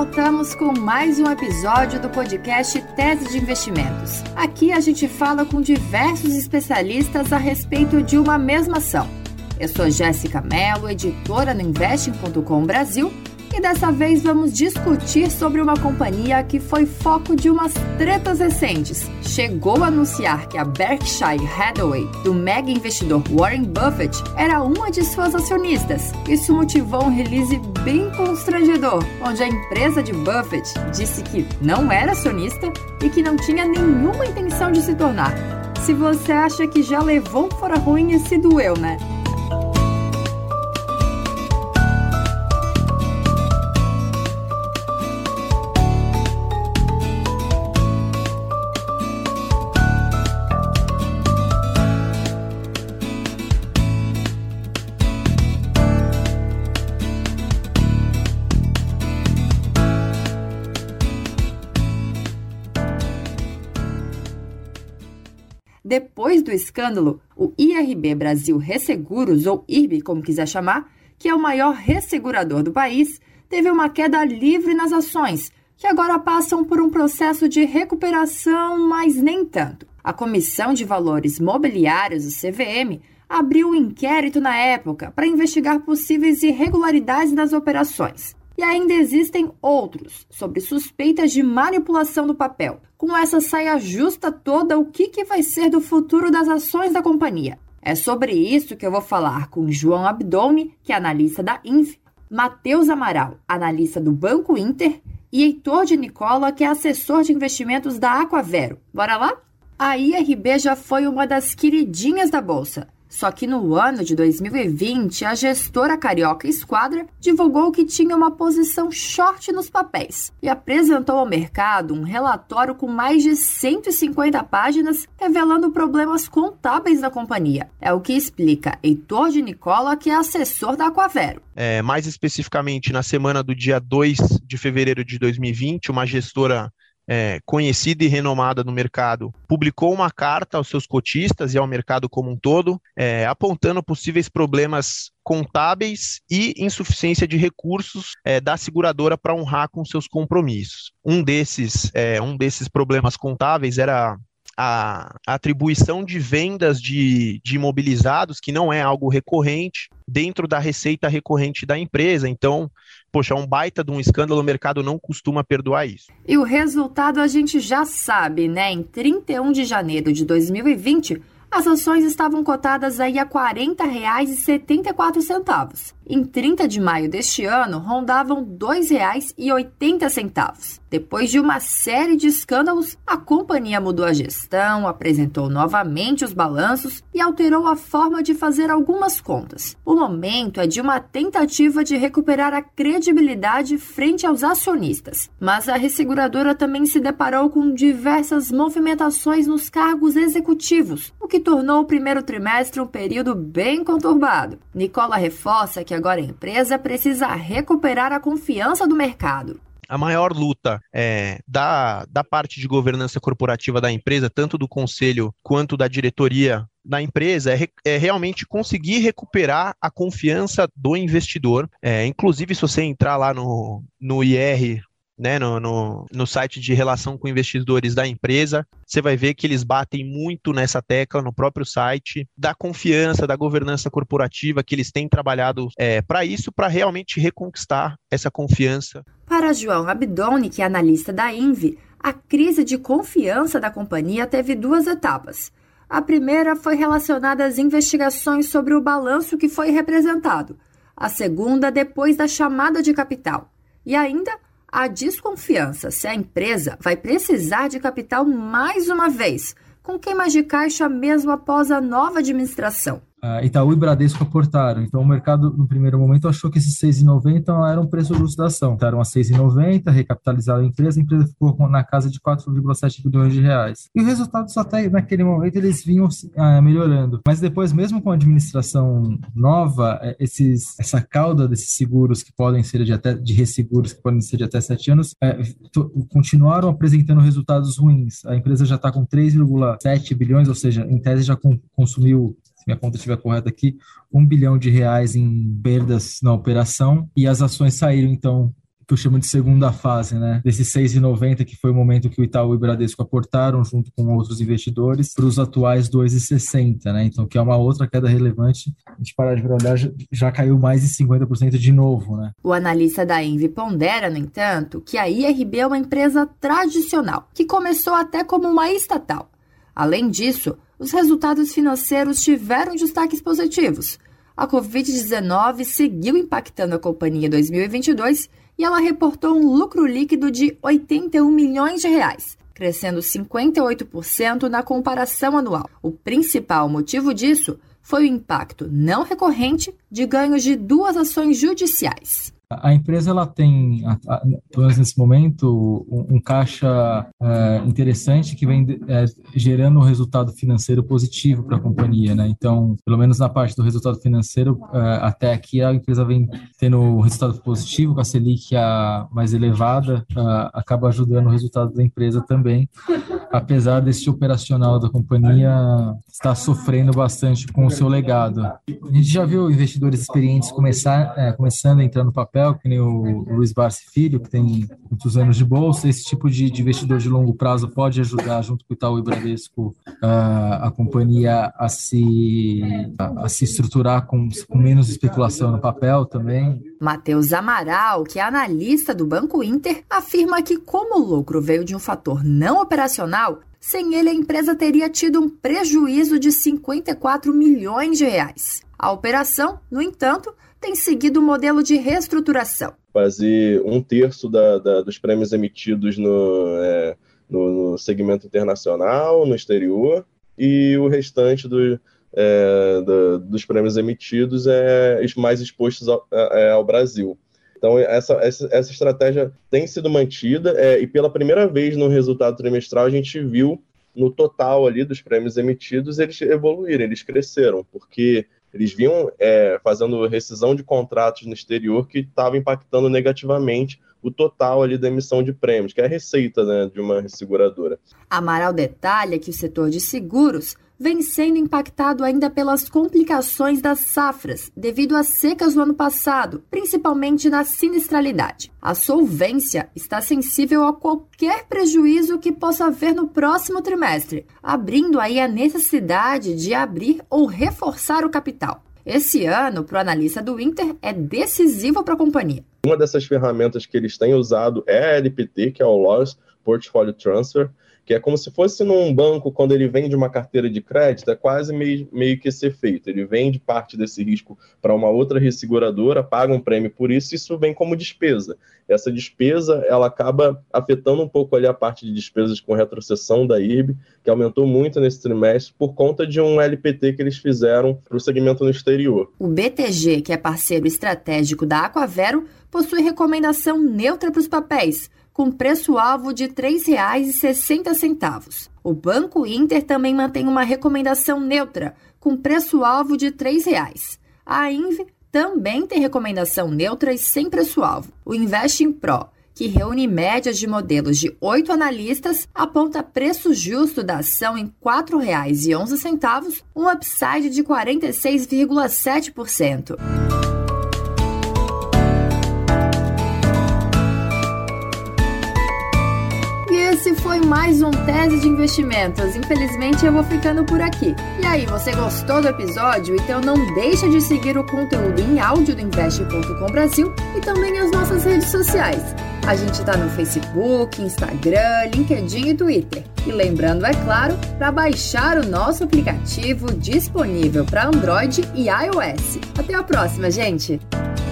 voltamos com mais um episódio do podcast Tese de Investimentos. Aqui a gente fala com diversos especialistas a respeito de uma mesma ação. Eu sou Jéssica Mello, editora no Investing.com Brasil, e dessa vez vamos discutir sobre uma companhia que foi foco de umas tretas recentes. Chegou a anunciar que a Berkshire Hathaway, do mega investidor Warren Buffett, era uma de suas acionistas. Isso motivou um release bem constrangedor, onde a empresa de Buffett disse que não era acionista e que não tinha nenhuma intenção de se tornar. Se você acha que já levou um fora ruim, esse doeu, né? Depois do escândalo, o IRB Brasil Resseguros, ou IRB, como quiser chamar, que é o maior ressegurador do país, teve uma queda livre nas ações, que agora passam por um processo de recuperação, mas nem tanto. A Comissão de Valores Mobiliários, o CVM, abriu um inquérito na época para investigar possíveis irregularidades nas operações. E ainda existem outros, sobre suspeitas de manipulação do papel. Com essa saia justa toda, o que vai ser do futuro das ações da companhia? É sobre isso que eu vou falar com João Abdoni, que é analista da INV, Matheus Amaral, analista do Banco Inter, e Heitor de Nicola, que é assessor de investimentos da Aquavero. Bora lá? A IRB já foi uma das queridinhas da Bolsa. Só que no ano de 2020, a gestora carioca Esquadra divulgou que tinha uma posição short nos papéis e apresentou ao mercado um relatório com mais de 150 páginas revelando problemas contábeis da companhia. É o que explica Heitor de Nicola, que é assessor da Aquavero. Mais especificamente, na semana do dia 2 de fevereiro de 2020, uma gestora conhecida e renomada no mercado, publicou uma carta aos seus cotistas e ao mercado como um todo, apontando possíveis problemas contábeis e insuficiência de recursos da seguradora para honrar com seus compromissos. Um desses problemas contábeis era a atribuição de vendas de imobilizados, que não é algo recorrente, dentro da receita recorrente da empresa. Então, é um baita de um escândalo, o mercado não costuma perdoar isso. E o resultado a gente já sabe, né? Em 31 de janeiro de 2020, as ações estavam cotadas aí a R$ 40,74. Em 30 de maio deste ano, rondavam R$ 2,80. Depois de uma série de escândalos, a companhia mudou a gestão, apresentou novamente os balanços e alterou a forma de fazer algumas contas. O momento é de uma tentativa de recuperar a credibilidade frente aos acionistas. Mas a resseguradora também se deparou com diversas movimentações nos cargos executivos, o que tornou o primeiro trimestre um período bem conturbado. Nicola reforça que agora a empresa precisa recuperar a confiança do mercado. A maior luta da parte de governança corporativa da empresa, tanto do conselho quanto da diretoria da empresa, é realmente conseguir recuperar a confiança do investidor. Inclusive, se você entrar lá no IR, né, no site de relação com investidores da empresa, você vai ver que eles batem muito nessa tecla no próprio site, da confiança, da governança corporativa, que eles têm trabalhado para isso, para realmente reconquistar essa confiança. Para João Abdoni, que é analista da INV, a crise de confiança da companhia teve duas etapas. A primeira foi relacionada às investigações sobre o balanço que foi representado. A segunda, depois da chamada de capital. E ainda a desconfiança se a empresa vai precisar de capital mais uma vez, com queimas de caixa mesmo após a nova administração. Itaú e Bradesco aportaram. Então, o mercado, no primeiro momento, achou que esses R$ 6,90 era um preço justo da ação. Estavam a R$ 6,90, recapitalizaram a empresa ficou na casa de 4,7 bilhões de reais. E o resultado só até naquele momento eles vinham melhorando. Mas depois, mesmo com a administração nova, essa cauda desses seguros que podem ser de resseguros que podem ser de até 7 anos, continuaram apresentando resultados ruins. A empresa já está com 3,7 bilhões, ou seja, em tese já consumiu, se minha conta estiver correta aqui, R$ 1 bilhão em perdas na operação, e as ações saíram, então, que eu chamo de segunda fase, né? Desses 6,90, que foi o momento que o Itaú e o Bradesco aportaram junto com outros investidores, para os atuais 2,60, né? Então, que é uma outra queda relevante. A gente parar de olhar, já caiu mais de 50% de novo, né? O analista da Envi pondera, no entanto, que a IRB é uma empresa tradicional, que começou até como uma estatal. Além disso, os resultados financeiros tiveram destaques positivos. A Covid-19 seguiu impactando a companhia em 2022 e ela reportou um lucro líquido de 81 milhões de reais, crescendo 58% na comparação anual. O principal motivo disso foi o impacto não recorrente de ganhos de 2 ações judiciais. A empresa ela tem, pelo menos nesse momento, um caixa interessante que vem gerando um resultado financeiro positivo para a companhia, né? Então, pelo menos na parte do resultado financeiro, até aqui a empresa vem tendo um resultado positivo, com a Selic mais elevada, acaba ajudando o resultado da empresa também, apesar desse operacional da companhia estar sofrendo bastante com o seu legado. A gente já viu investidores experientes começando a entrar no papel, que nem o Luiz Barsi Filho, que tem muitos anos de bolsa. Esse tipo de investidor de longo prazo pode ajudar, junto com o Itaú e Bradesco, a companhia a se estruturar com menos especulação no papel também. Matheus Amaral, que é analista do Banco Inter, afirma que, como o lucro veio de um fator não operacional, sem ele a empresa teria tido um prejuízo de 54 milhões de reais. A operação, no entanto, tem seguido o modelo de reestruturação. Quase 1/3 dos prêmios emitidos no segmento internacional, no exterior, e o restante dos prêmios emitidos mais expostos ao Brasil. Então, essa estratégia tem sido mantida e pela primeira vez no resultado trimestral a gente viu no total ali dos prêmios emitidos eles evoluírem, eles cresceram, porque eles vinham fazendo rescisão de contratos no exterior que estava impactando negativamente o total ali da emissão de prêmios, que é a receita, né, de uma seguradora. Amaral detalha que o setor de seguros vem sendo impactado ainda pelas complicações das safras, devido às secas do ano passado, principalmente na sinistralidade. A solvência está sensível a qualquer prejuízo que possa haver no próximo trimestre, abrindo aí a necessidade de abrir ou reforçar o capital. Esse ano, para o analista do Inter, é decisivo para a companhia. Uma dessas ferramentas que eles têm usado é a LPT, que é o Loss Portfolio Transfer, que é como se fosse num banco, quando ele vende uma carteira de crédito, é quase meio que esse efeito. Ele vende parte desse risco para uma outra resseguradora, paga um prêmio por isso, e isso vem como despesa. Essa despesa, ela acaba afetando um pouco ali a parte de despesas com retrocessão da IRB, que aumentou muito nesse trimestre por conta de um LPT que eles fizeram para o segmento no exterior. O BTG, que é parceiro estratégico da Aquavero, possui recomendação neutra para os papéis, com preço-alvo de R$ 3,60. O Banco Inter também mantém uma recomendação neutra, com preço-alvo de R$ 3,00. A Invi também tem recomendação neutra e sem preço-alvo. O Investing Pro, que reúne médias de modelos de 8 analistas, aponta preço justo da ação em R$ 4,11, um upside de 46,7%. Esse foi mais um Tese de Investimentos. Infelizmente, eu vou ficando por aqui. E aí, você gostou do episódio? Então não deixa de seguir o conteúdo em áudio do Investe.com Brasil e também as nossas redes sociais. A gente está no Facebook, Instagram, LinkedIn e Twitter. E lembrando, é claro, para baixar o nosso aplicativo disponível para Android e iOS. Até a próxima, gente!